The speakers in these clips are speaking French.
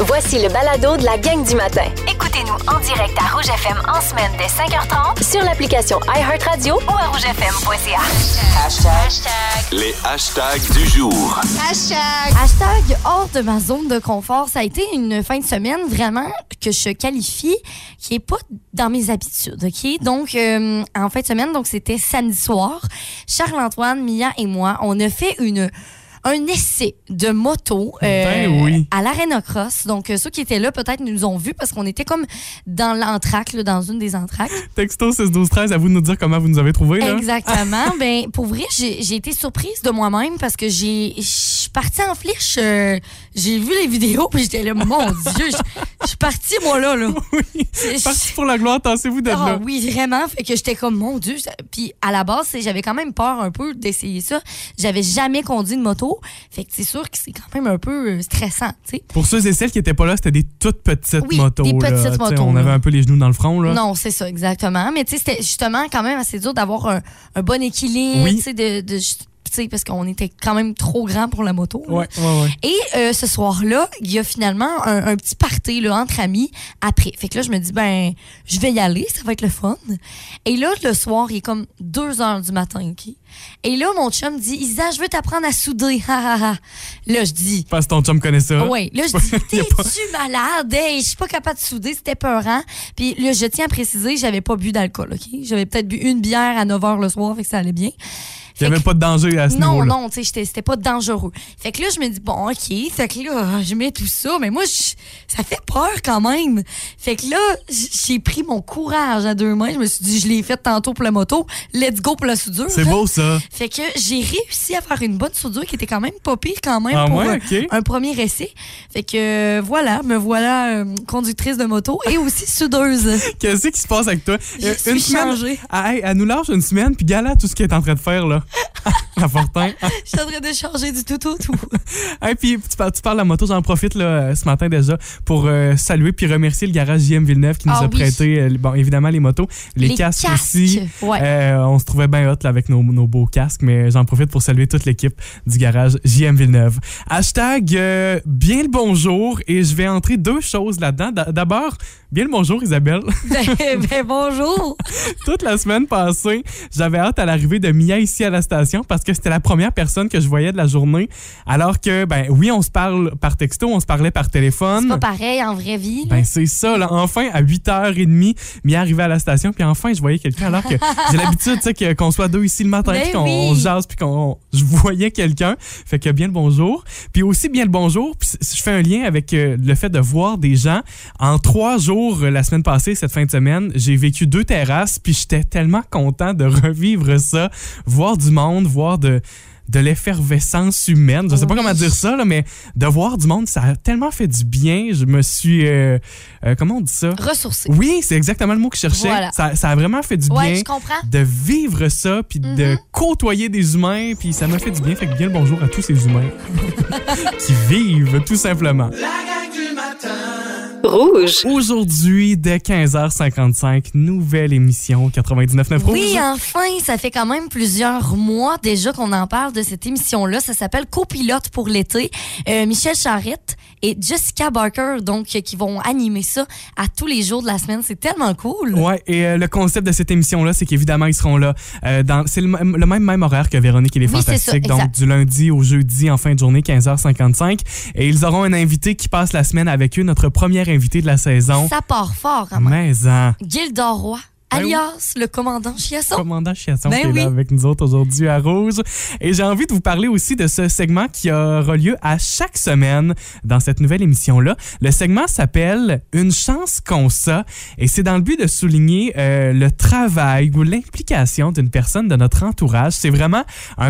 Voici le balado de la gang du matin. Écoutez-nous en direct à Rouge FM en semaine dès 5h30 Sur l'application iHeartRadio ou à rougefm.ca. Les hashtags du jour. Hashtag hors de ma zone de confort. Ça a été une fin de semaine vraiment que je qualifie qui est pas dans mes habitudes, OK? Donc, en fin de semaine, donc c'était samedi soir, Charles-Antoine, Mia et moi, on a fait un essai de moto à l'Arena Cross. Donc, ceux qui étaient là, peut-être, nous ont vus parce qu'on était comme dans l'entracte, là, dans une des entractes. Texto 6-12-13, à vous de nous dire comment vous nous avez trouvés. Là. Exactement. Ben, pour vrai, j'ai été surprise de moi-même parce que je suis partie en flèche. J'ai vu les vidéos puis j'étais là, mon Dieu, je suis partie, moi, là. Oui, partie pour la gloire, tassez-vous de là. Oui, vraiment. Fait que j'étais comme, mon Dieu. Puis, à la base, j'avais quand même peur un peu d'essayer ça. J'avais jamais conduit de moto. Fait que c'est sûr que c'est quand même un peu stressant, tu sais. Pour ceux et celles qui n'étaient pas là, c'était des toutes petites motos. Des petites motos. On avait un peu les genoux dans le front, là. Non, c'est ça, exactement. Mais tu sais, c'était justement quand même assez dur d'avoir un bon équilibre, tu sais, parce qu'on était quand même trop grand pour la moto. Ouais. Et ce soir-là, il y a finalement un petit party là, entre amis après. Fait que là, je me dis, ben, je vais y aller, ça va être le fun. Et là, le soir, il est comme 2h du matin, OK? Et là, mon chum dit, Isa, je veux t'apprendre à souder. Là, je dis... Parce que ton chum connaît ça. Oui. Là, je dis, t'es-tu malade? Hey, je suis pas capable de souder, c'était peurant. Puis là, je tiens à préciser, j'avais pas bu d'alcool, OK? J'avais peut-être bu une bière à 9h le soir, fait que ça allait bien. Il n'y avait pas de danger à ce niveau-là. Non, tu sais, c'était pas dangereux. Fait que là, je me dis, bon, OK. Fait que là, je mets tout ça. Mais moi, ça fait peur quand même. Fait que là, j'ai pris mon courage à deux mains. Je me suis dit, je l'ai fait tantôt pour la moto. Let's go pour la soudure. C'est beau, ça. Fait que j'ai réussi à faire une bonne soudure qui était quand même pas pire quand même pour un premier essai. Fait que voilà, me voilà conductrice de moto et aussi soudeuse. Qu'est-ce qui se passe avec toi? Je suis changée. Elle nous lâche une semaine, puis gala tout ce qu'elle est en train de faire, là. La Fortin. Je suis en train de changer du tout au tout. Hey, puis tu parles de la moto, j'en profite là, ce matin déjà pour saluer puis remercier le garage JM Villeneuve qui nous a prêté, bon, évidemment, les motos, les casques aussi. Ouais. On se trouvait bien hot là, avec nos beaux casques, mais j'en profite pour saluer toute l'équipe du garage JM Villeneuve. Hashtag bien le bonjour, et je vais entrer deux choses là-dedans. D'abord, bien le bonjour, Isabelle. Ben bonjour. Toute la semaine passée, j'avais hâte à l'arrivée de Mia ici à la station parce que c'était la première personne que je voyais de la journée. Alors que, ben oui, on se parle par texto, on se parlait par téléphone. C'est pas pareil en vraie vie. Ben c'est ça, là. Enfin, à 8h30, Mia arrivait à la station, puis enfin, je voyais quelqu'un. Alors que j'ai l'habitude, tu sais, qu'on soit deux ici le matin, puis qu'on jase, puis je voyais quelqu'un. Fait que bien le bonjour. Puis aussi bien le bonjour, puis je fais un lien avec le fait de voir des gens. En 3 jours, la semaine passée, cette fin de semaine, j'ai vécu 2 terrasses, puis j'étais tellement content de revivre ça, voir du monde, voir de l'effervescence humaine. Je sais pas comment dire ça, là, mais de voir du monde, ça a tellement fait du bien. Je me suis... comment on dit ça? Ressourcé. Oui, c'est exactement le mot que je cherchais. Voilà. Ça a vraiment fait du bien. Je comprends. De vivre ça, puis de côtoyer des humains, puis ça m'a fait du bien. Fait que bien le bonjour à tous ces humains qui vivent, tout simplement. La gang du matin. Rouge. Aujourd'hui, dès 15h55, nouvelle émission 99.9 Rouge. Oui, enfin, ça fait quand même plusieurs mois déjà qu'on en parle de cette émission-là. Ça s'appelle Copilote pour l'été. Michel Charette et Jessica Barker, donc, qui vont animer ça à tous les jours de la semaine. C'est tellement cool. Ouais, et le concept de cette émission-là, c'est qu'évidemment, ils seront là. C'est le même horaire que Véronique et les Fantastiques. Ça, donc, du lundi au jeudi en fin de journée, 15h55. Et ils auront un invité qui passe la semaine avec eux, notre première invité de la saison. Ça part fort, quand même. Mais, Gildor Roy. Alias le commandant Chiasson. Commandant Chiasson qui est là avec nous autres aujourd'hui à Rouge. Et j'ai envie de vous parler aussi de ce segment qui aura lieu à chaque semaine dans cette nouvelle émission-là. Le segment s'appelle « Une chance qu'on ça » et c'est dans le but de souligner le travail ou l'implication d'une personne de notre entourage. C'est vraiment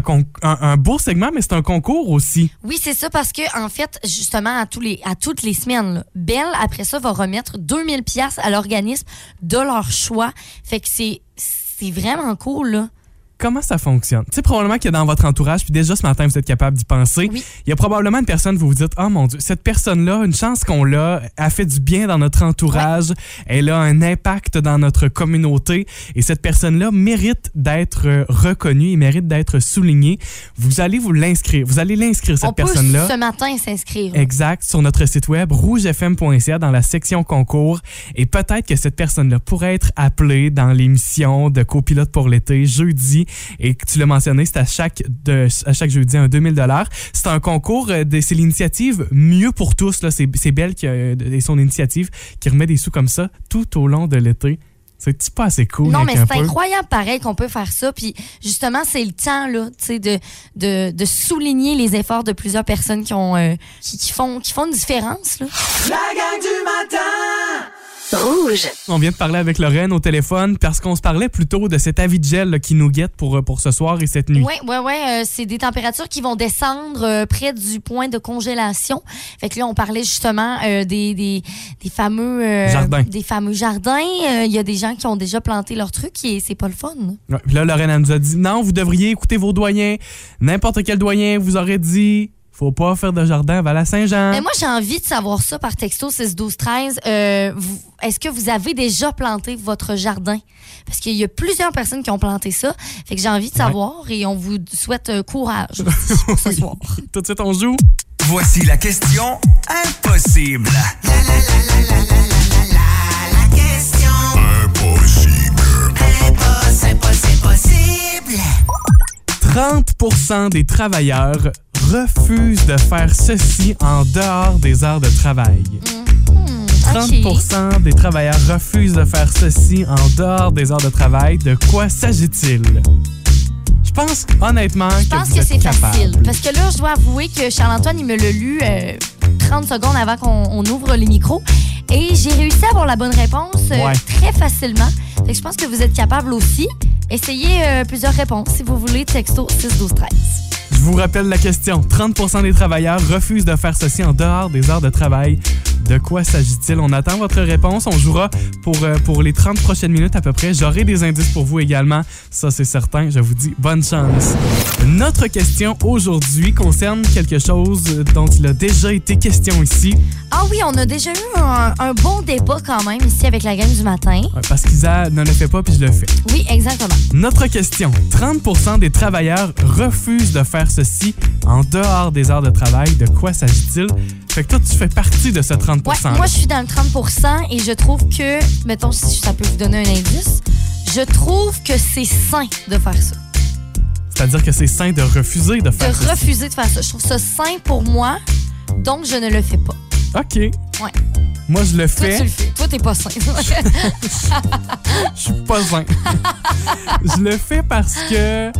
un beau segment, mais c'est un concours aussi. Oui, c'est ça, parce que en fait, justement, à toutes les semaines, là, Belle, après ça, va remettre 2000 $ à l'organisme de leur choix. Fait que c'est vraiment cool, là. comment ça fonctionne? Tu sais, probablement qu'il y a dans votre entourage, puis déjà ce matin, vous êtes capable d'y penser. Oui. Il y a probablement une personne, vous vous dites, oh mon Dieu, cette personne-là, une chance qu'on l'a, a fait du bien dans notre entourage, ouais. Elle a un impact dans notre communauté, et cette personne-là mérite d'être reconnue, il mérite d'être soulignée. Vous allez l'inscrire, cette personne-là. On peut ce matin s'inscrire. Exact, sur notre site web rougefm.ca dans la section concours, et peut-être que cette personne-là pourrait être appelée dans l'émission de Copilote pour l'été jeudi, et tu l'as mentionné, c'est à chaque jeudi un 2000 $. C'est un concours, c'est l'initiative Mieux pour tous, là. C'est Belle et son initiative qui remet des sous comme ça tout au long de l'été. C'est pas assez cool. Non, mais c'est incroyable pareil qu'on peut faire ça. Puis justement, c'est le temps là, de souligner les efforts de plusieurs personnes qui font une différence. Là. La gang du matin! Rouge. On vient de parler avec Lorraine au téléphone parce qu'on se parlait plutôt de cet avis de gel là, qui nous guette pour ce soir et cette nuit. Oui. C'est des températures qui vont descendre près du point de congélation. Fait que là, on parlait justement des fameux jardins. Des fameux jardins. Il y a des gens qui ont déjà planté leur truc et c'est pas le fun. Ouais, puis là, Lorraine, elle nous a dit non, vous devriez écouter vos doyens. N'importe quel doyen vous aurait dit. Faut pas faire de jardin à Val-à-Saint-Jean. Mais moi, j'ai envie de savoir ça par texto 6-12-13. Est-ce que vous avez déjà planté votre jardin? Parce qu'il y a plusieurs personnes qui ont planté ça. Fait que j'ai envie de savoir et on vous souhaite courage pour ce soir. Tout de suite, on joue. Voici la question impossible. La question impossible. Impossible. 30% des travailleurs refusent de faire ceci en dehors des heures de travail. 30% des travailleurs refusent de faire ceci en dehors des heures de travail. De quoi s'agit-il? Je pense honnêtement que c'est facile. Parce que là, je dois avouer que Charles-Antoine, il me l'a lu 30 secondes avant qu'on ouvre les micros. Et j'ai réussi à avoir la bonne réponse très facilement. Fait que je pense que vous êtes capable aussi. Essayez plusieurs réponses si vous voulez. Texto 6-12-13. Je vous rappelle la question. 30% des travailleurs refusent de faire ceci en dehors des heures de travail. De quoi s'agit-il? On attend votre réponse. On jouera pour les 30 prochaines minutes à peu près. J'aurai des indices pour vous également. Ça, c'est certain. Je vous dis bonne chance. Notre question aujourd'hui concerne quelque chose dont il a déjà été question ici. Ah oui, on a déjà eu un bon débat quand même ici avec la gang du matin. Parce qu'Isa ne le fait pas puis je le fais. Oui, exactement. Notre question. 30% des travailleurs refusent de faire ceci en dehors des heures de travail. De quoi s'agit-il? Fait que toi, tu fais partie de ce 30%. Ouais, moi, je suis dans le 30% et je trouve que, mettons, si ça peut vous donner un indice, je trouve que c'est sain de faire ça. C'est-à-dire que c'est sain de refuser de faire ça. De refuser de faire ça. Je trouve ça sain pour moi, donc je ne le fais pas. OK. Ouais. Moi, je le fais. Toi, tu le fais. Toi, t'es pas sain. Je suis pas sain. Je le fais parce que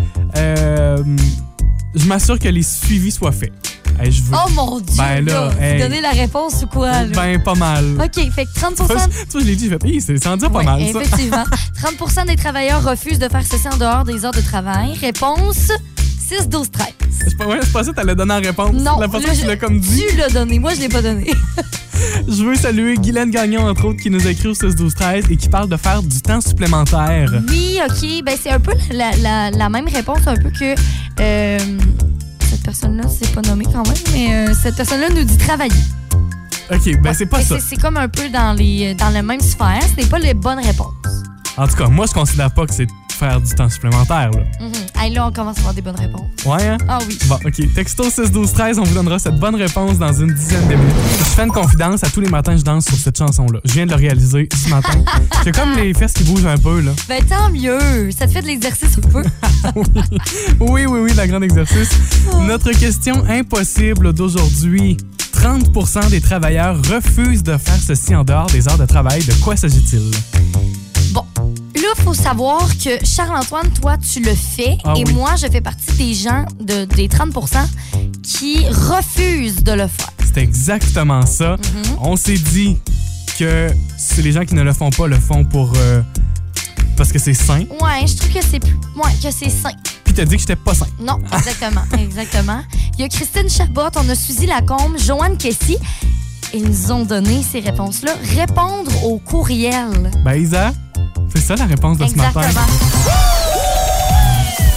je m'assure que les suivis soient faits. Oh mon Dieu! Ben là, vous donnez la réponse ou quoi? Là? Ben, pas mal. OK, fait que 30%... Toi, je l'ai dit, j'ai fait, c'est en dire pas mal, ça. Effectivement. 30% des travailleurs refusent de faire ceci en dehors des heures de travail. Réponse 6-12-13. C'est pas ça que t'allais donner en réponse. Non. La façon que tu l'as comme dit. Tu l'as donné, moi je l'ai pas donné. Je veux saluer Guylaine Gagnon, entre autres, qui nous écrit au 6-12-13 et qui parle de faire du temps supplémentaire. Oui, OK. Ben, c'est un peu la même réponse un peu que... cette personne-là, c'est pas nommé quand même, mais cette personne-là nous dit travailler. OK, ben c'est pas ça. C'est comme un peu dans la même sphère. Ce n'est pas les bonnes réponses. En tout cas, moi, je considère pas que c'est faire du temps supplémentaire. Là. Hey, là, on commence à avoir des bonnes réponses. Ouais, hein? Ah oui. Bon, OK. Texto 6-12-13, on vous donnera cette bonne réponse dans une dizaine de minutes. Je fais une confidence, à tous les matins, je danse sur cette chanson-là. Je viens de le réaliser ce matin. J'ai comme les fesses qui bougent un peu, là. Ben, tant mieux. Ça te fait de l'exercice un peu. Oui, la grande exercice. Notre question impossible d'aujourd'hui. 30% des travailleurs refusent de faire ceci en dehors des heures de travail. De quoi s'agit-il? Bon, là, il faut savoir que Charles-Antoine, toi, tu le fais. Et moi, je fais partie des gens, des 30% qui refusent de le faire. C'est exactement ça. On s'est dit que les gens qui ne le font pas le font pour... parce que c'est sain. Ouais, je trouve que c'est sain. Puis t'as dit que j'étais pas sain. Non, exactement. Il y a Christine Chabot, on a Suzy Lacombe, Joanne Kessy. Ils nous ont donné ces réponses-là. Répondre au courriel. Ben, Isa, c'est ça la réponse de ce matin.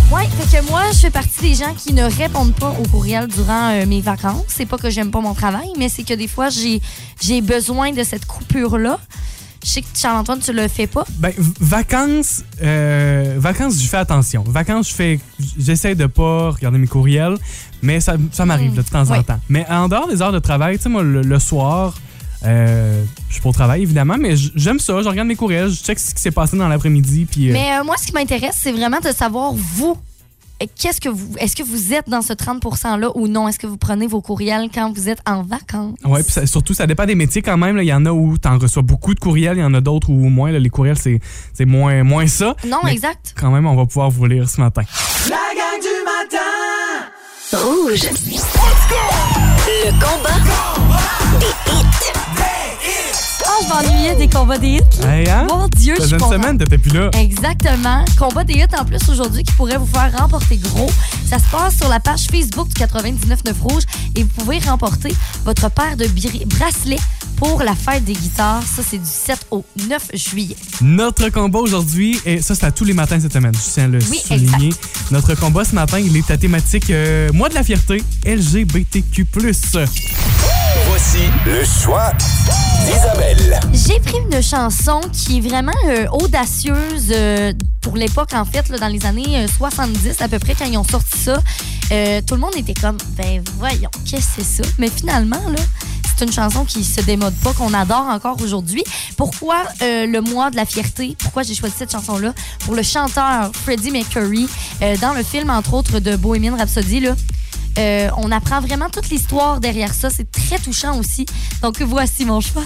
Oui, fait que moi, je fais partie des gens qui ne répondent pas aux courriels durant mes vacances. C'est pas que j'aime pas mon travail, mais c'est que des fois, j'ai besoin de cette coupure-là. Je sais que Charles-Antoine, tu le fais pas. Ben, vacances, je fais attention. Vacances, j'essaie de pas regarder mes courriels, mais ça m'arrive de temps en temps. Mais en dehors des heures de travail, tu sais, moi, le soir, je suis pas au travail, évidemment, mais j'aime ça. Je regarde mes courriels, je check ce qui s'est passé dans l'après-midi. Puis, Mais moi, ce qui m'intéresse, c'est vraiment de savoir, vous, est-ce que vous êtes dans ce 30%-là ou non? Est-ce que vous prenez vos courriels quand vous êtes en vacances? Oui, puis surtout, ça dépend des métiers quand même. Il y en a où tu en reçois beaucoup de courriels, il y en a d'autres où moins. Là, les courriels, c'est moins ça. Non, mais exact. Quand même, on va pouvoir vous lire ce matin. La gang du matin. Rouge. Le combat des hits. Oh, je m'ennuyais des combats des hits. Hey, hein? Mon Dieu, je suis une contente. semaine, t'étais plus là. Exactement. Combat des hits en plus aujourd'hui qui pourrait vous faire remporter gros. Ça se passe sur la page Facebook du 99.9 Rouge et vous pouvez remporter votre paire de bracelets pour la fête des guitares. Ça, c'est du 7 au 9 juillet. Notre combat aujourd'hui, et ça, c'est à tous les matins cette semaine, je tiens à le souligner. Exact. Notre combat ce matin, il est à thématique Mois de la fierté, LGBTQ+. Voici le choix d'Isabelle. J'ai pris une chanson qui est vraiment audacieuse pour l'époque, en fait, là, dans les années 70 à peu près, quand ils ont sorti ça. Tout le monde était comme, ben voyons, qu'est-ce que c'est ça? Mais finalement, là, c'est une chanson qui se démode pas, qu'on adore encore aujourd'hui. Pourquoi le mois de la fierté? Pourquoi j'ai choisi cette chanson-là? Pour le chanteur Freddie Mercury, dans le film, entre autres, de Bohemian Rhapsody, là. On apprend vraiment toute l'histoire derrière ça. C'est très touchant aussi. Donc, voici mon choix.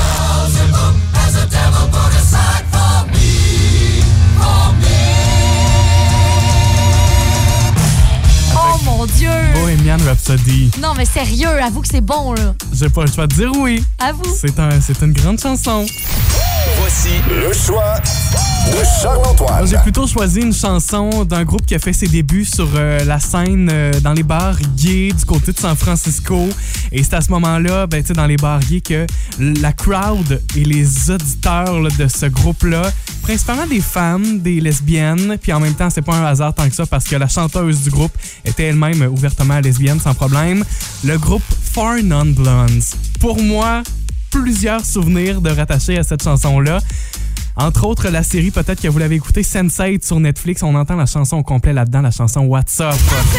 Oh mon Dieu! Bohemian Rhapsody. Non, mais sérieux, avoue que c'est bon, là. J'ai pas le choix de dire oui. Avoue. C'est une grande chanson. Voici le choix de Charles-Antoine. J'ai plutôt choisi une chanson d'un groupe qui a fait ses débuts sur la scène dans les bars gays du côté de San Francisco. Et c'est à ce moment-là, ben, dans les bars gays, que la crowd et les auditeurs là, de ce groupe-là, principalement des femmes, des lesbiennes, puis en même temps, c'est pas un hasard tant que ça parce que la chanteuse du groupe était elle-même ouvertement lesbienne sans problème. Le groupe Four Non Blondes. Pour moi, plusieurs souvenirs de rattachés à cette chanson-là. Entre autres, la série, peut-être que vous l'avez écoutée, Sense8 sur Netflix. On entend la chanson au complet là-dedans, la chanson What's Up.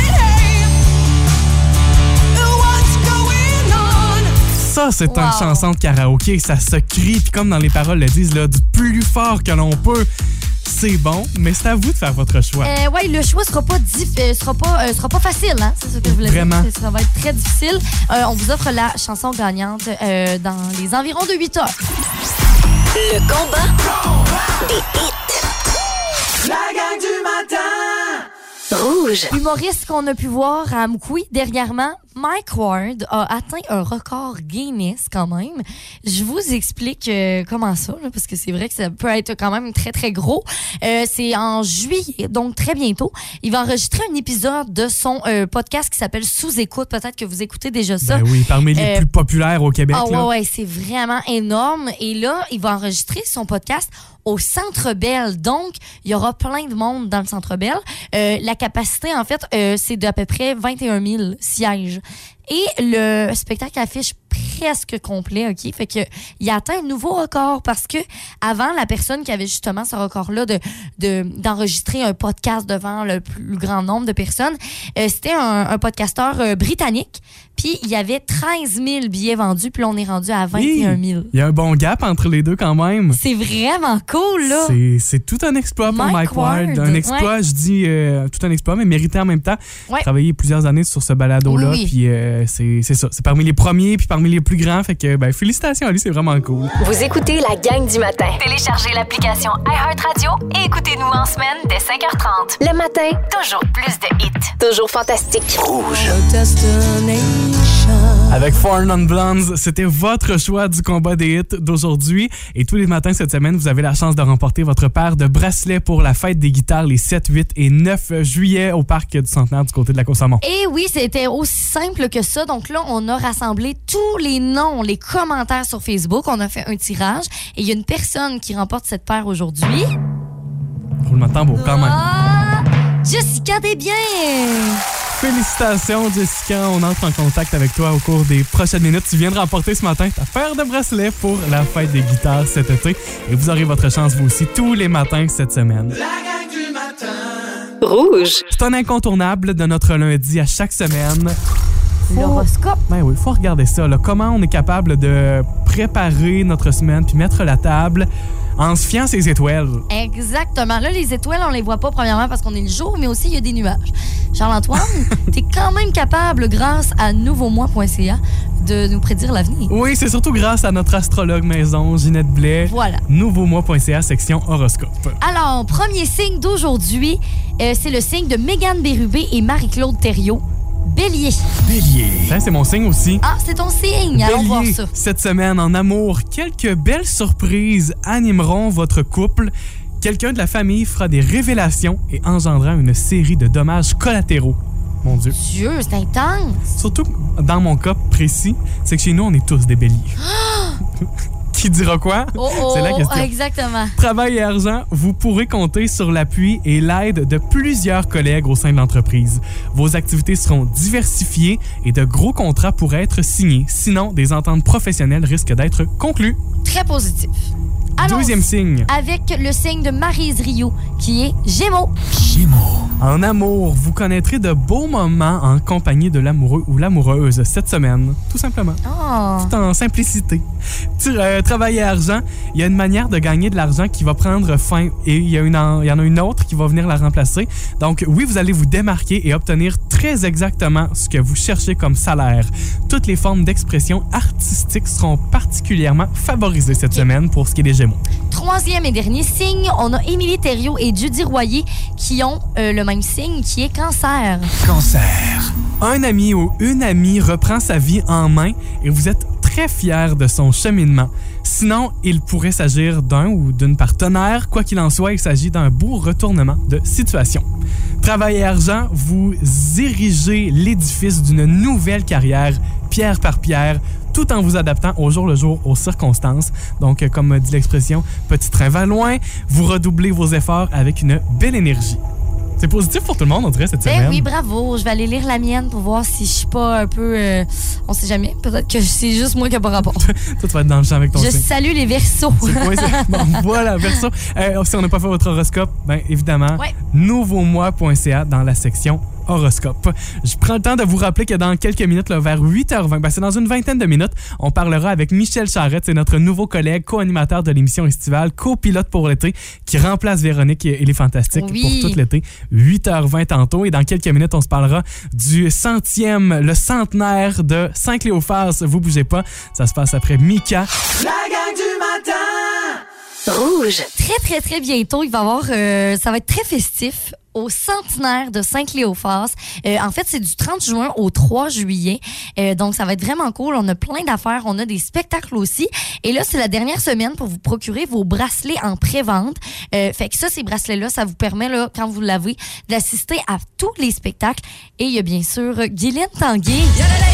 Ça, c'est une chanson de karaoké. Ça se crie, puis comme dans les paroles le disent, là, du plus fort que l'on peut. C'est bon, mais c'est à vous de faire votre choix. Ouais, le choix sera pas facile, hein? C'est ce que je voulais Vraiment. dire. Ça va être très difficile. On vous offre la chanson gagnante dans les environs de 8 heures. Le combat des hits. La gang du matin. Rouge. Humoriste qu'on a pu voir à Mkoui dernièrement, Mike Ward a atteint un record Guinness quand même. Je vous explique comment ça, là, parce que c'est vrai que ça peut être quand même très, très gros. C'est en juillet, donc très bientôt. Il va enregistrer un épisode de son podcast qui s'appelle Sous-écoute. Peut-être que vous écoutez déjà ça. Ben oui, parmi les plus populaires au Québec. Ah ouais, c'est vraiment énorme. Et là, il va enregistrer son podcast au Centre Bell. Donc, il y aura plein de monde dans le Centre Bell. La capacité, en fait, c'est d'à peu près 21 000 sièges. Et le spectacle affiche presque complet, OK? Fait que il a atteint un nouveau record parce que avant, la personne qui avait justement ce record-là d'enregistrer un podcast devant le plus grand nombre de personnes, c'était un podcasteur britannique. Puis il y avait 13 000 billets vendus, puis là, on est rendu à 21 000. Il y a un bon gap entre les deux quand même. C'est vraiment cool, là. C'est tout un exploit pour Mike Ward. Un exploit, je dis tout un exploit, mais mérité en même temps. Ouais. Travaillé plusieurs années sur ce balado-là, Oui. puis c'est ça. C'est parmi les premiers, puis parmi les plus grands. Fait que, ben, félicitations à lui, c'est vraiment cool. Vous écoutez la gang du matin. Téléchargez l'application iHeartRadio et écoutez-nous en semaine dès 5h30. Le matin, Toujours plus de hits. toujours fantastique. Rouge. Avec Four Non Blondes, c'était votre choix du combat des hits d'aujourd'hui. Et tous les matins cette semaine, vous avez la chance de remporter votre paire de bracelets pour la fête des guitares les 7, 8 et 9 juillet au parc du Centenaire du côté de la Côte-Saumon. Et oui, c'était aussi simple que ça. Donc là, on a rassemblé tous les noms, les commentaires sur Facebook. On a fait un tirage et il y a une personne qui remporte cette paire aujourd'hui. Roulement de tambour quand même. Ah! Jessica Desbiens! Félicitations, Jessica. On entre en contact avec toi au cours des prochaines minutes. Tu viens de remporter ce matin ta paire de bracelets pour la fête des guitares cet été. Et vous aurez votre chance, vous aussi, tous les matins cette semaine. La gang du matin. Rouge. C'est un incontournable de notre lundi à chaque semaine. L'horoscope. Ben oui, il faut regarder ça. Là. Comment on est capable de préparer notre semaine puis mettre la table en se fiant ses étoiles. Exactement. Là, les étoiles, on les voit pas premièrement parce qu'on est le jour, mais aussi il y a des nuages. Charles-Antoine, t'es quand même capable, grâce à nouveaumois.ca, de nous prédire l'avenir. Oui, c'est surtout grâce à notre astrologue maison, Ginette Blais. Voilà. Nouveaumois.ca, section horoscope. Alors, premier signe d'aujourd'hui, c'est le signe de Mégane Bérubé et Marie-Claude Thériault. Bélier. Bélier. Ça, c'est mon signe aussi. Ah, c'est ton signe. Allons voir Bélier, ça. cette semaine, en amour, quelques belles surprises animeront votre couple. Quelqu'un de la famille fera des révélations et engendrera une série de dommages collatéraux. Mon Dieu. Dieu, c'est intense. Surtout, dans mon cas précis, c'est que chez nous, on est tous des béliers. Qui dira quoi? Oh, C'est la question. Exactement. Travail et argent, vous pourrez compter sur l'appui et l'aide de plusieurs collègues au sein de l'entreprise. Vos activités seront diversifiées et de gros contrats pourraient être signés. Sinon, des ententes professionnelles risquent d'être conclues. Très positif. Allons Deuxième signe. avec le signe de Maryse Rio, qui est Gémeaux. Gémeaux. En amour, vous connaîtrez de beaux moments en compagnie de l'amoureux ou l'amoureuse cette semaine, tout simplement. Oh. Tout en simplicité. Travail et argent, il y a une manière de gagner de l'argent qui va prendre fin et il y en a une autre qui va venir la remplacer. Donc oui, vous allez vous démarquer et obtenir très exactement ce que vous cherchez comme salaire. Toutes les formes d'expression artistique seront particulièrement favorisées cette semaine pour ce qui est des Gémeaux. Troisième et dernier signe, on a Émilie Thériault et Judy Royer qui ont le même signe, qui est Cancer. Cancer. Un ami ou une amie reprend sa vie en main et vous êtes très fier de son cheminement. Sinon, il pourrait s'agir d'un ou d'une partenaire. Quoi qu'il en soit, il s'agit d'un beau retournement de situation. Travail et argent, vous érigez l'édifice d'une nouvelle carrière, pierre par pierre, tout en vous adaptant au jour le jour aux circonstances. Donc, comme dit l'expression, petit train va loin, vous redoublez vos efforts avec une belle énergie. C'est positif pour tout le monde, on dirait, cette semaine. Ben oui, bravo. Je vais aller lire la mienne pour voir si je suis pas un peu... on sait jamais. Peut-être que c'est juste moi qui n'ai pas rapport. Toi, tu vas être dans le champ avec ton Je signe. salue les Verseaux. Bon, voilà, Verseau. Si on n'a pas fait votre horoscope, ben évidemment, Ouais. nouveaumois.ca dans la section horoscope. Je prends le temps de vous rappeler que dans quelques minutes, là, vers 8h20, ben c'est dans une vingtaine de minutes, on parlera avec Michel Charette, c'est notre nouveau collègue, co-animateur de l'émission estivale, copilote pour l'été, qui remplace Véronique et les Fantastiques Oui. pour tout l'été. 8h20 tantôt. Et dans quelques minutes, on se parlera du le centenaire de Saint-Cléophas. Vous bougez pas, ça se passe après Mika. La gang du matin. Rouge. Très, très, très bientôt, il va y avoir... ça va être très festif au centenaire de Saint-Cléophas. En fait, c'est du 30 juin au 3 juillet. Donc, ça va être vraiment cool. On a plein d'affaires. On a des spectacles aussi. Et là, c'est la dernière semaine pour vous procurer vos bracelets en pré-vente. Fait que ça, ces bracelets-là, ça vous permet, là, quand vous l'avez, d'assister à tous les spectacles. Et il y a bien sûr Guylaine Tanguay.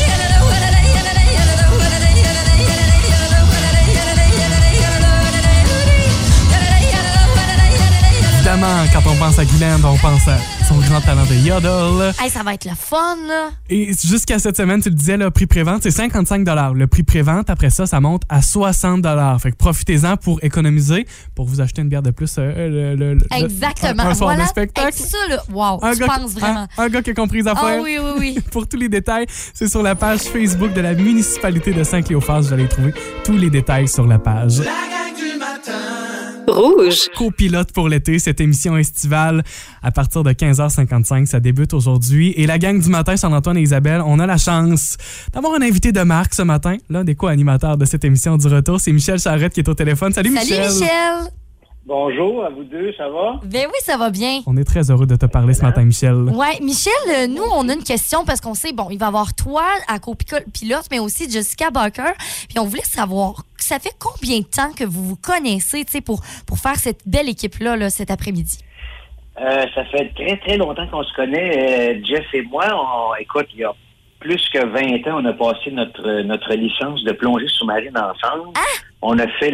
Évidemment, quand on pense à Guylaine, on pense à son grand talent de yodel. Hey, ça va être le fun, là. Et jusqu'à cette semaine, tu le disais, le prix prévente, c'est 55 $. Le prix prévente, après ça, ça monte à 60 $. Fait que profitez-en pour économiser, pour vous acheter une bière de plus Exactement. un soir Voilà. de spectacle. Avec ça, là, wow, je pense vraiment. Un gars qui a compris les affaires. Ah oui, oui, oui. Pour tous les détails, c'est sur la page Facebook de la municipalité de Saint-Cléophas. Vous allez trouver tous les détails sur la page. La gang du matin. Rouge. Copilote pour l'été, cette émission estivale à partir de 15h55, ça débute aujourd'hui. Et la gang du matin, Charles-Antoine et Isabelle, on a la chance d'avoir un invité de marque ce matin. L'un des co-animateurs de cette émission du retour, c'est Michel Charette qui est au téléphone. Salut Michel! Salut Michel! Bonjour à vous deux, ça va? Ben oui, ça va bien. On est très heureux de te parler ce matin, Michel. Ouais, Michel, nous, on a une question parce qu'on sait, bon, il va y avoir toi à copilote, mais aussi Jessica Barker. Puis on voulait savoir, ça fait combien de temps que vous vous connaissez, tu sais, pour faire cette belle équipe-là, là, cet après-midi? Ça fait très, très longtemps qu'on se connaît, Jeff et moi. Écoute, il y a plus que 20 ans, on a passé notre licence de plongée sous-marine ensemble. Ah! On a fait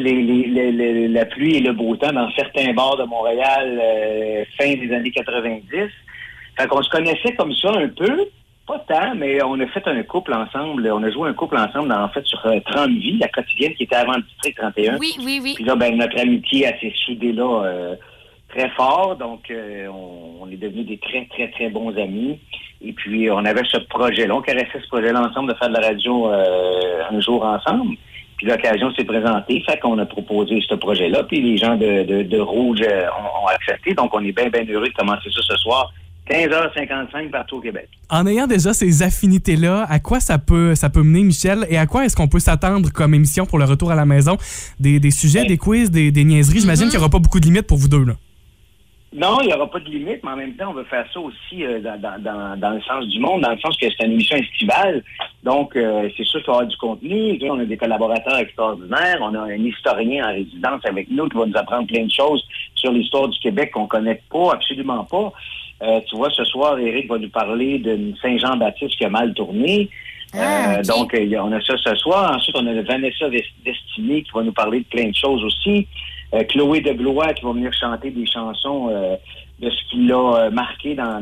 la pluie et le beau temps dans certains bars de Montréal fin des années 90. Fait qu'on se connaissait comme ça un peu. Pas tant, mais on a fait un couple ensemble. On a joué un couple ensemble, en fait, sur 30 vies, la quotidienne, qui était avant le District 31. Oui. Puis là, notre amitié, elle s'est soudée là très fort. Donc, on est devenus des très, très, très bons amis. Et puis, on avait ce projet-là. On caressait ce projet-là ensemble de faire de la radio un jour ensemble. Puis l'occasion s'est présentée. Fait qu'on a proposé ce projet-là. Puis les gens de Rouge ont accepté. Donc, on est bien, bien heureux de commencer ça ce soir. 15h55 partout au Québec. En ayant déjà ces affinités-là, à quoi ça peut mener, Michel? Et à quoi est-ce qu'on peut s'attendre comme émission pour le retour à la maison? Des sujets, des quiz, des niaiseries? J'imagine qu'il n'y aura pas beaucoup de limites pour vous deux, là. Non, il n'y aura pas de limite, mais en même temps, on veut faire ça aussi dans le sens du monde, dans le sens que c'est une émission estivale. Donc, c'est sûr qu'il va y avoir du contenu. On a des collaborateurs extraordinaires. On a un historien en résidence avec nous qui va nous apprendre plein de choses sur l'histoire du Québec qu'on ne connaît pas, absolument pas. Tu vois, ce soir, Éric va nous parler d'une Saint-Jean-Baptiste qui a mal tourné. Okay. Donc, on a ça ce soir. Ensuite, on a Vanessa Destinée qui va nous parler de plein de choses aussi. Chloé de Blois qui va venir chanter des chansons de ce qui l'a marqué dans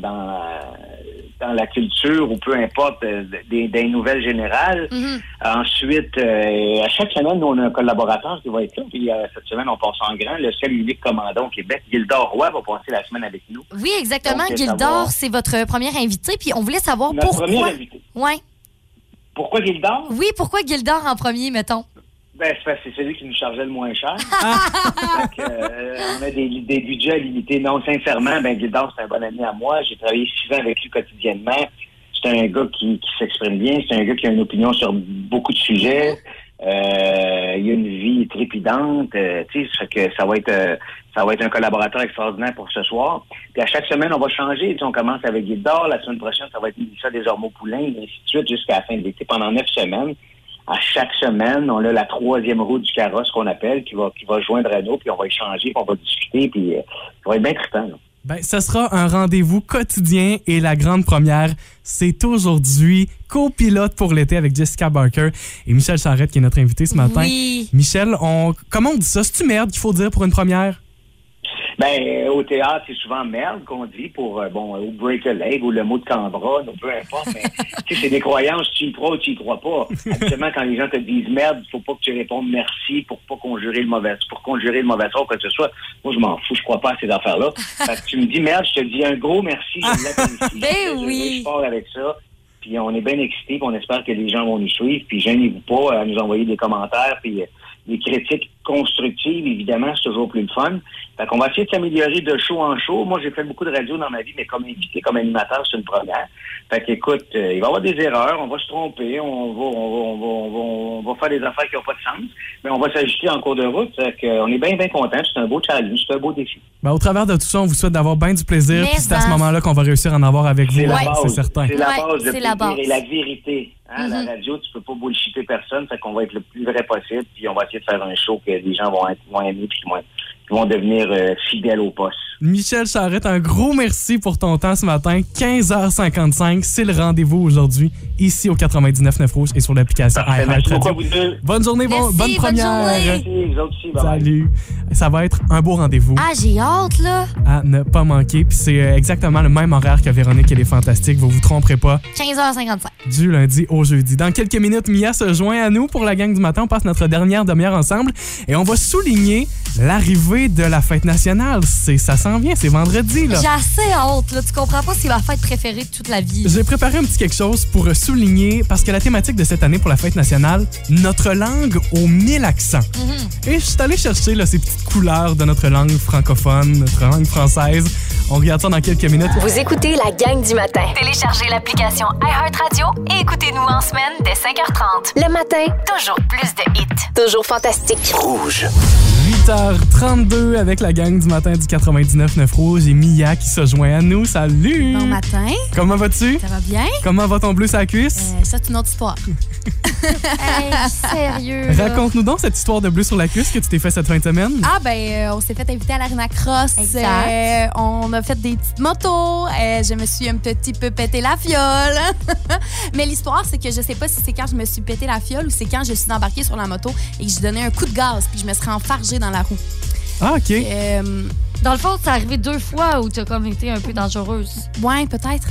la culture ou peu importe, des nouvelles générales. Ensuite, à chaque semaine, nous, on a un collaborateur qui va être là. Puis cette semaine, on passe en grand. Le seul unique commandant au Québec, Gildor Roy, va passer la semaine avec nous. Oui, exactement. Donc, Gildor, c'est votre premier invité. Puis on voulait savoir pourquoi. Notre premier invité. Oui. Pourquoi Gildor? Oui, pourquoi Gildor en premier, mettons? Ben, c'est celui qui nous chargeait le moins cher. Donc, on a des budgets limités. Non, sincèrement, Gildor, c'est un bon ami à moi. J'ai travaillé 6 ans avec lui quotidiennement. C'est un gars qui s'exprime bien. C'est un gars qui a une opinion sur beaucoup de sujets. Il a une vie trépidante. Tu sais, que ça va être un collaborateur extraordinaire pour ce soir. Puis à chaque semaine, on va changer. On commence avec Gildor. La semaine prochaine, ça va être Mélissa Desormeaux-Poulain, et ainsi de suite, jusqu'à la fin de l'été, pendant 9 semaines. À chaque semaine, on a la 3e roue du carrosse qu'on appelle, qui va joindre à nous, puis on va échanger, puis on va discuter, puis ça va être bien trippant. Ça sera un rendez-vous quotidien et la grande première, c'est aujourd'hui copilote pour l'été avec Jessica Barker et Michel Charette qui est notre invité ce matin. Oui. Michel, comment on dit ça? C'est-tu merde qu'il faut dire pour une première? Au théâtre, c'est souvent merde qu'on dit pour, ou break a leg, ou le mot de Cambra, peu importe, mais c'est des croyances, tu y crois ou tu y crois pas. Habituellement, quand les gens te disent merde, il faut pas que tu répondes merci pour conjurer le mauvais sort, quoi que ce soit. Moi, je m'en fous, je crois pas à ces affaires-là. Fait que tu me dis merde, je te dis un gros merci, je l'apprécie. Je pars avec ça. Puis on est bien excités, puis on espère que les gens vont nous suivre, puis gênez-vous pas à nous envoyer des commentaires, puis des critiques constructives, évidemment, c'est toujours plus le fun. Fait qu'on va essayer de s'améliorer de show en show. Moi, j'ai fait beaucoup de radio dans ma vie, mais comme invité, comme animateur, c'est une première. Fait qu'écoute, il va y avoir des erreurs, on va se tromper, on va faire des affaires qui n'ont pas de sens, mais on va s'ajuster en cours de route. Fait qu'on est bien, bien contents. C'est un beau challenge, c'est un beau défi. Au travers de tout ça, on vous souhaite d'avoir bien du plaisir, puis c'est à ce moment-là qu'on va réussir à en avoir avec vous, c'est certain. C'est la base, le plaisir et la vérité. La radio, tu peux pas bullshiter personne, fait qu'on va être le plus vrai possible, puis on va essayer de faire un show que les gens vont aimer, puis qui vont devenir fidèles au poste. Michel Charette, un gros merci pour ton temps ce matin. 15h55, c'est le rendez-vous aujourd'hui, ici au 99.9 Rouge et sur l'application iHeartRadio. Bonne journée, bonne première. Merci, vous autres aussi. Salut. Ça va être un beau rendez-vous. Ah, j'ai hâte, là. À ne pas manquer. Puis c'est exactement le même horaire que Véronique et les Fantastiques. Vous vous tromperez pas. 15h55. Du lundi au jeudi. Dans quelques minutes, Mia se joint à nous pour la gang du matin. On passe notre dernière demi-heure ensemble et on va souligner l'arrivée de la fête nationale. Ça s'en vient, c'est vendredi, là. J'ai assez hâte, là. Tu comprends pas, c'est ma fête préférée de toute la vie. J'ai préparé un petit quelque chose pour souligner, parce que la thématique de cette année pour la fête nationale, notre langue aux 1000 accents. Et je suis allé chercher là, ces petites couleurs de notre langue francophone, notre langue française. On regarde ça dans quelques minutes. Vous écoutez la gang du matin. Téléchargez l'application iHeartRadio et écoutez-nous en semaine dès 5h30. Le matin, toujours plus de hits. Toujours fantastique. Rouge. 8h32 avec la gang du matin du 99.9 Rouge et Mia qui se joint à nous. Salut! Bon matin. Comment vas-tu? Ça va bien? Comment va ton bleu sur la cuisse? Ça, c'est une autre histoire. Hey, sérieux? Raconte-nous donc cette histoire de bleu sur la cuisse que tu t'es fait cette fin de semaine. On s'est fait inviter à l'Arena Cross. Exact. On a fait des petites motos. Je me suis un petit peu pété la fiole. Mais l'histoire, c'est que je sais pas si c'est quand je me suis pété la fiole ou c'est quand je suis embarquée sur la moto et que j'ai donné un coup de gaz puis je me serais enfargée dans la roue. Ah, OK. Dans le fond, c'est arrivé 2 fois où t'as comme été un peu dangereuse. Ouais, peut-être.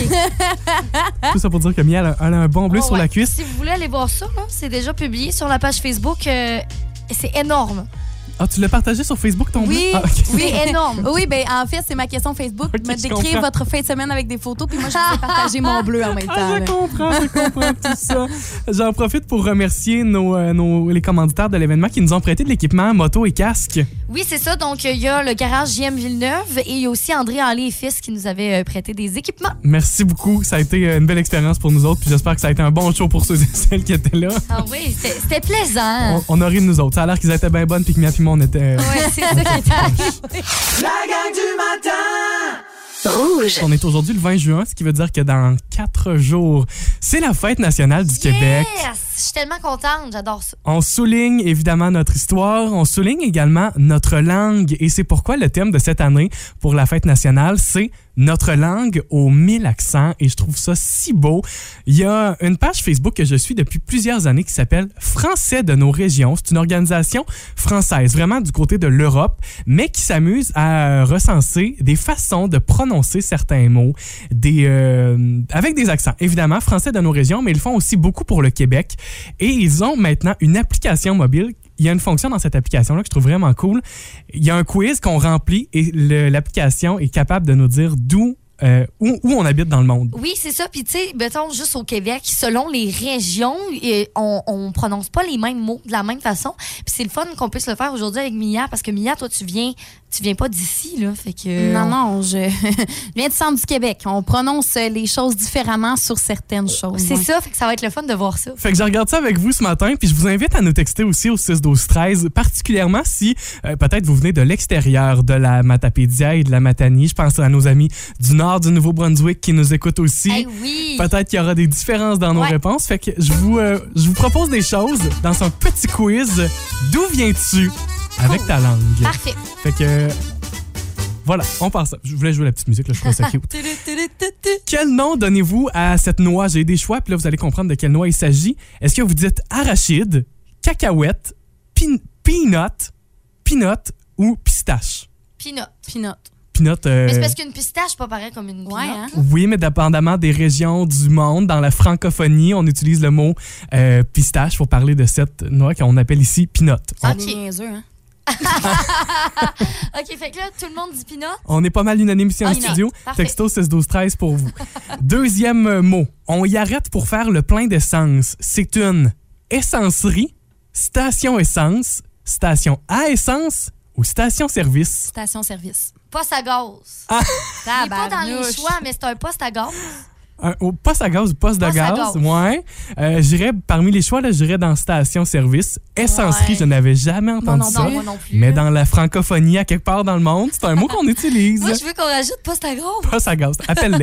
Tout ça pour dire que Mia, elle a un bon bleu sur la cuisse. Si vous voulez aller voir ça, là, c'est déjà publié sur la page Facebook. C'est énorme. Ah, tu l'as partagé sur Facebook, ton bleu? Oui, Ah, okay. oui, énorme. Oui, ben en fait, c'est ma question Facebook. Okay, Me décrire votre fin de semaine avec des photos, puis moi, je vais partager mon bleu en même temps. Ah, je comprends tout ça. J'en profite pour remercier les commanditaires de l'événement qui nous ont prêté de l'équipement moto et casque. Oui, c'est ça. Donc, il y a le garage JM Villeneuve et il y a aussi André Henley et Fils qui nous avait prêté des équipements. Merci beaucoup. Ça a été une belle expérience pour nous autres. Puis j'espère que ça a été un bon show pour ceux et celles qui étaient là. Ah oui, c'était plaisant. On a ri de nous autres. Ça a l'air qu'ils étaient bien bonnes puis que Mia puis moi, on était... Oui, c'est ça qui était arrivé. La gang du matin! Rouge. On est aujourd'hui le 20 juin, ce qui veut dire que dans 4 jours, c'est la fête nationale du Québec. Yes! Je suis tellement contente, j'adore ça. On souligne évidemment notre histoire, on souligne également notre langue et c'est pourquoi le thème de cette année pour la fête nationale, c'est notre langue aux 1000 accents et je trouve ça si beau. Il y a une page Facebook que je suis depuis plusieurs années qui s'appelle Français de nos régions. C'est une organisation française, vraiment du côté de l'Europe, mais qui s'amuse à recenser des façons de prononcer certains mots avec des accents. Évidemment, Français de nos régions, mais ils font aussi beaucoup pour le Québec. Et ils ont maintenant une application mobile. Il y a une fonction dans cette application-là que je trouve vraiment cool. Il y a un quiz qu'on remplit et l'application est capable de nous dire où on habite dans le monde. Oui, c'est ça. Puis, tu sais, mettons, juste au Québec, selon les régions, on prononce pas les mêmes mots de la même façon. Puis, c'est le fun qu'on puisse le faire aujourd'hui avec Mia, parce que Mia, toi, tu viens pas d'ici, là. Fait que. Non, je viens du centre du Québec. On prononce les choses différemment sur certaines choses. C'est ça, fait que ça va être le fun de voir ça. Fait que je regarde ça avec vous ce matin, puis je vous invite à nous texter aussi au 6-12-13, particulièrement si peut-être vous venez de l'extérieur de la Matapédia et de la Matanie. Je pense à nos amis du nord du Nouveau-Brunswick qui nous écoutent aussi. Hey, oui. Peut-être qu'il y aura des différences dans nos réponses. Fait que je vous propose des choses dans un petit quiz. D'où viens-tu avec ta langue? Parfait. Fait que voilà, on passe ça. Je voulais jouer la petite musique, là, je trouve ça cute. Quel nom donnez-vous à cette noix? J'ai des choix, puis là, vous allez comprendre de quelle noix il s'agit. Est-ce que vous dites arachide, cacahuète, peanut ou pistache? Peanut. Mais c'est parce qu'une pistache, c'est pas pareil comme une peanut. Hein? Oui, mais dépendamment des régions du monde, dans la francophonie, on utilise le mot pistache pour parler de cette noix qu'on appelle ici peanut. C'est niaiseux, hein? OK, fait que là, tout le monde dit peanut. On est pas mal unanime ici en studio. Parfait. Texto 6-12-13 pour vous. Deuxième mot. On y arrête pour faire le plein d'essence. C'est une essencerie, station essence, station à essence ou station-service? Station-service. Poste à gaz. Il n'est pas dans les choix, mais c'est un poste à gaz. Au poste à gaz ou poste de gaz? Ouais. J'irais, parmi les choix, là, j'irais dans station-service. Essencerie, je n'avais jamais entendu ça. Moi non plus. Mais dans la francophonie, à quelque part dans le monde, c'est un mot qu'on utilise. Moi, je veux qu'on rajoute poste à gaz. Poste à gaz. Appelle-les.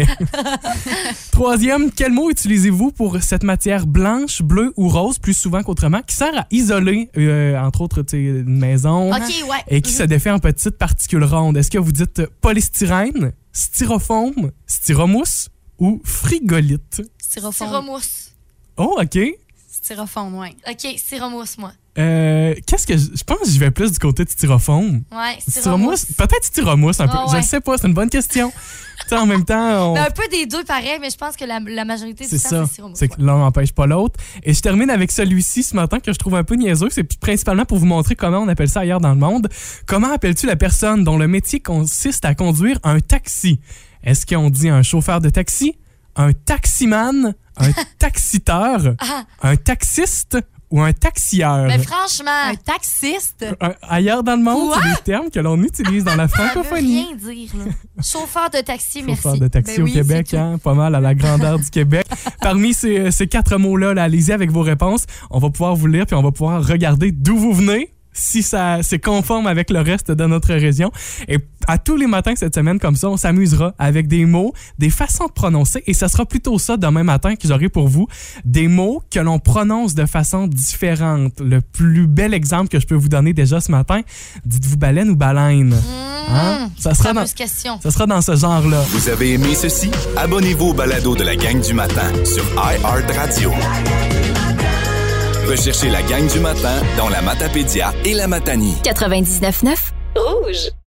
Troisième, quel mot utilisez-vous pour cette matière blanche, bleue ou rose, plus souvent qu'autrement, qui sert à isoler, entre autres, une maison et qui se défait en petites particules rondes? Est-ce que vous dites polystyrène, styrofoam, styromousse ou frigolite? Styromousse. Oh, OK. Styrofoam, oui. OK, styromousse, moi. Qu'est-ce que je pense que j'y vais plus du côté de styrofoam. Ouais, styromousse. Peut-être styromousse un peu. Oh, je ne sais pas, c'est une bonne question. Tu sais, en même temps, un peu des deux pareil, mais je pense que la majorité du temps, c'est styromousse. C'est que l'un n'empêche pas l'autre. Et je termine avec celui-ci ce matin que je trouve un peu niaiseux. C'est principalement pour vous montrer comment on appelle ça ailleurs dans le monde. Comment appelles-tu la personne dont le métier consiste à conduire un taxi? Est-ce qu'on dit un chauffeur de taxi, un taximan, un taxiteur, un taxiste ou un taxieur? Mais franchement, un taxiste? Ailleurs dans le monde, c'est des termes que l'on utilise dans la francophonie. Ça veut rien dire, là. Chauffeur de taxi, merci. Chauffeur de taxi au Québec, hein, pas mal à la grandeur du Québec. Parmi ces 4 mots-là, allez-y avec vos réponses. On va pouvoir vous lire puis on va pouvoir regarder d'où vous venez, si ça c'est conforme avec le reste de notre région. Et à tous les matins cette semaine, comme ça, on s'amusera avec des mots, des façons de prononcer. Et ça sera plutôt ça demain matin que j'aurai pour vous. Des mots que l'on prononce de façon différente. Le plus bel exemple que je peux vous donner déjà ce matin, dites-vous baleine ou baleine? Hein? Ça sera dans ce genre-là. Vous avez aimé ceci? Abonnez-vous au balado de la gang du matin sur iHeartRadio. Recherchez la gang du matin dans la Matapédia et la Matanie. 99.9 Rouge.